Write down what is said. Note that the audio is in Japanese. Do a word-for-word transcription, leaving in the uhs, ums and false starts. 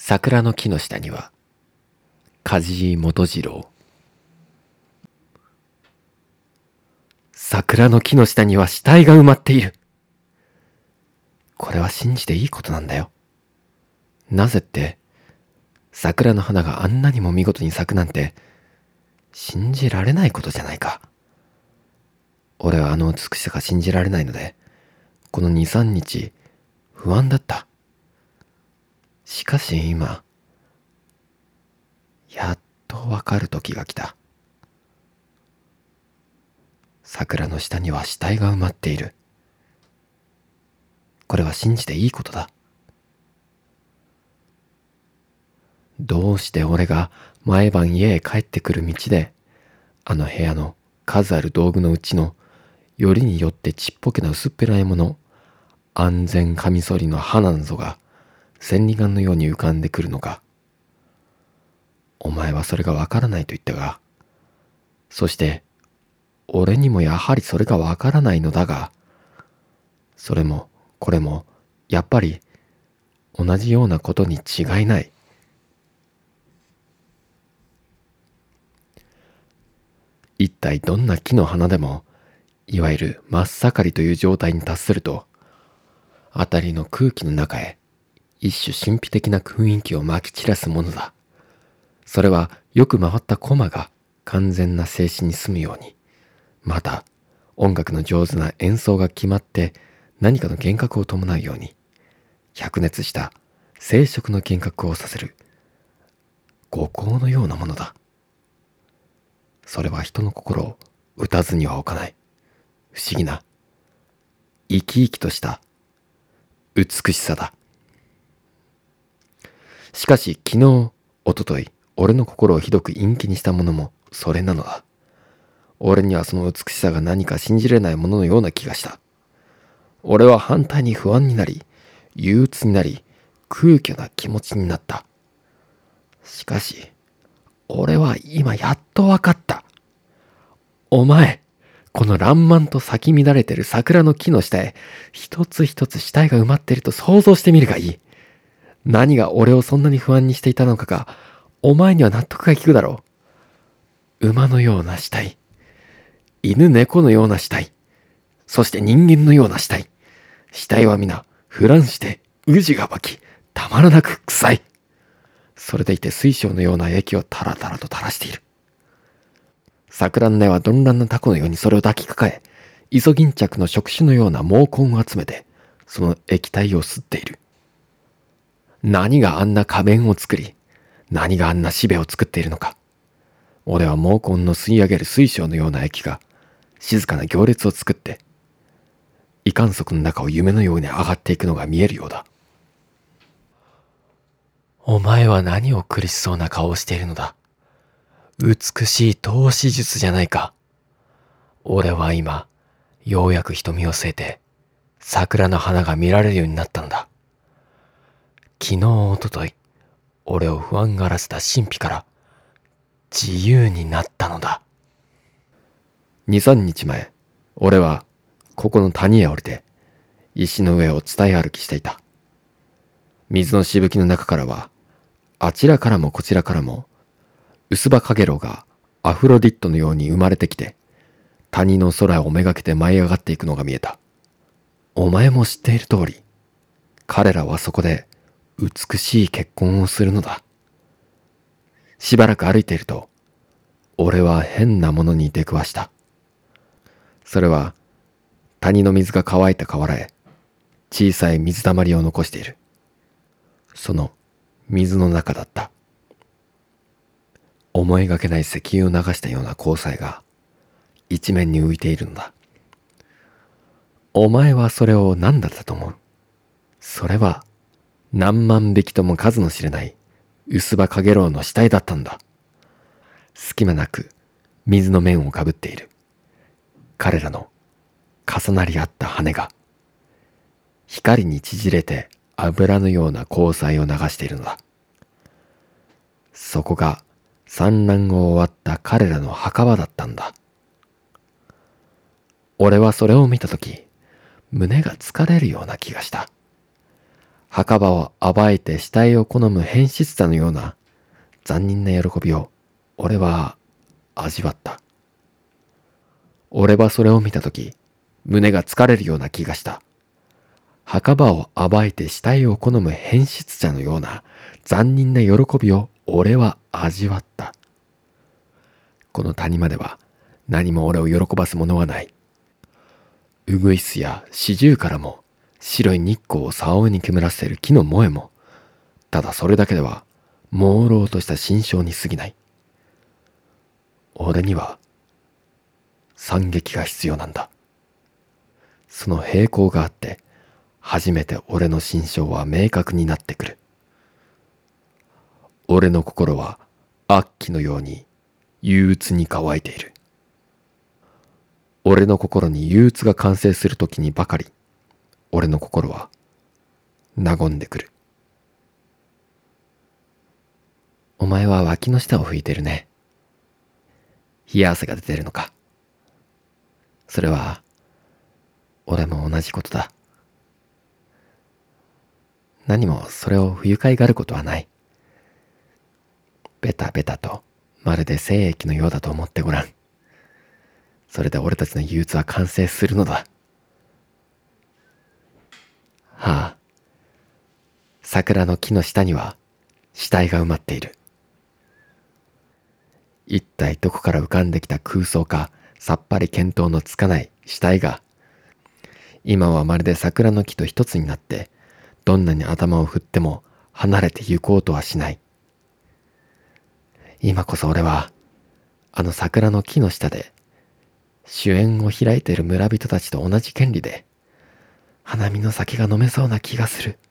桜の木の下には梶井元次郎。桜の木の下には死体が埋まっている。これは信じていいことなんだよ。なぜって、桜の花があんなにも見事に咲くなんて信じられないことじゃないか。俺はあの美しさが信じられないので、この二三日不安だった。しかし今、やっとわかる時が来た。桜の下には死体が埋まっている。これは信じていいことだ。どうして俺が毎晩家へ帰ってくる道で、あの部屋の数ある道具のうちのよりによってちっぽけな薄っぺらいもの、安全カミソリの花なぞが千里眼のように浮かんでくるのか。お前はそれがわからないと言ったが、そして俺にもやはりそれがわからないのだが、それもこれもやっぱり同じようなことに違いない。一体どんな木の花でも、いわゆる真っ盛りという状態に達すると、あたりの空気の中へ一種神秘的な雰囲気をまき散らすものだ。それはよく回った駒が完全な静止に済むように、また音楽の上手な演奏が決まって何かの幻覚を伴うように、灼熱した生殖の幻覚をさせる五光のようなものだ。それは人の心を打たずには置かない不思議な生き生きとした美しさだ。しかし昨日、おととい、俺の心をひどく陰気にしたものもそれなのだ。俺にはその美しさが何か信じれないもののような気がした。俺は反対に不安になり、憂鬱になり、空虚な気持ちになった。しかし、俺は今やっとわかった。お前、この爛漫と咲き乱れてる桜の木の下へ、一つ一つ死体が埋まっていると想像してみるがいい。何が俺をそんなに不安にしていたのかが、お前には納得がきくだろう。馬のような死体、犬猫のような死体、そして人間のような死体。死体は皆、腐乱して、宇治が湧き、たまらなく臭い。それでいて水晶のような液をタラタラと垂らしている。桜の根は鈍乱なタコのようにそれを抱きかかえ、イソギンチャクの触手のような毛根を集めて、その液体を吸っている。何があんな花弁を作り、何があんなしべを作っているのか。俺は毛根の吸い上げる水晶のような液が、静かな行列を作って、異観測の中を夢のように上がっていくのが見えるようだ。お前は何を苦しそうな顔をしているのだ。美しい透視術じゃないか。俺は今、ようやく瞳を据えて、桜の花が見られるようになったんだ。昨日、おととい、俺を不安がらせた神秘から自由になったのだ。二三日前、俺はここの谷へ降りて石の上を伝え歩きしていた。水のしぶきの中からは、あちらからもこちらからも薄葉かげろうがアフロディットのように生まれてきて、谷の空をめがけて舞い上がっていくのが見えた。お前も知っている通り、彼らはそこで美しい結婚をするのだ。しばらく歩いていると、俺は変なものに出くわした。それは、谷の水が乾いた河原へ、小さい水たまりを残している。その水の中だった。思いがけない石油を流したような光彩が、一面に浮いているのだ。お前はそれを何だったと思う？それは、何万匹とも数の知れない薄葉かげろうの死体だったんだ。隙間なく水の面をかぶっている。彼らの重なり合った羽が光に縮れて油のような光彩を流しているのだ。そこが産卵を終わった彼らの墓場だったんだ。俺はそれを見たとき、胸が疲れるような気がした。 墓場を暴いて死体を好む変質者のような残忍な喜びを俺は味わった。俺はそれを見たとき、胸が疲れるような気がした。墓場を暴いて死体を好む変質者のような残忍な喜びを俺は味わった。この谷間では何も俺を喜ばすものはない。ウグイスやシジュウカラも白い日光を竿に煙らせている木の萌えも、ただそれだけでは朦朧とした心象に過ぎない。俺には惨劇が必要なんだ。その平行があって初めて俺の心象は明確になってくる。俺の心は悪鬼のように憂鬱に乾いている。俺の心に憂鬱が完成するときにばかり、俺の心は和んでくる。お前は脇の下を拭いてるね。冷や汗が出てるのか。それは俺も同じことだ。何もそれを不愉快がることはない。ベタベタとまるで精液のようだと思ってごらん。それで俺たちの憂鬱は完成するのだ。はあ、桜の木の下には死体が埋まっている。一体どこから浮かんできた空想かさっぱり見当のつかない死体が、今はまるで桜の木と一つになって、どんなに頭を振っても離れて行こうとはしない。今こそ俺はあの桜の木の下で酒宴を開いている村人たちと同じ権利で花見の酒が飲めそうな気がする。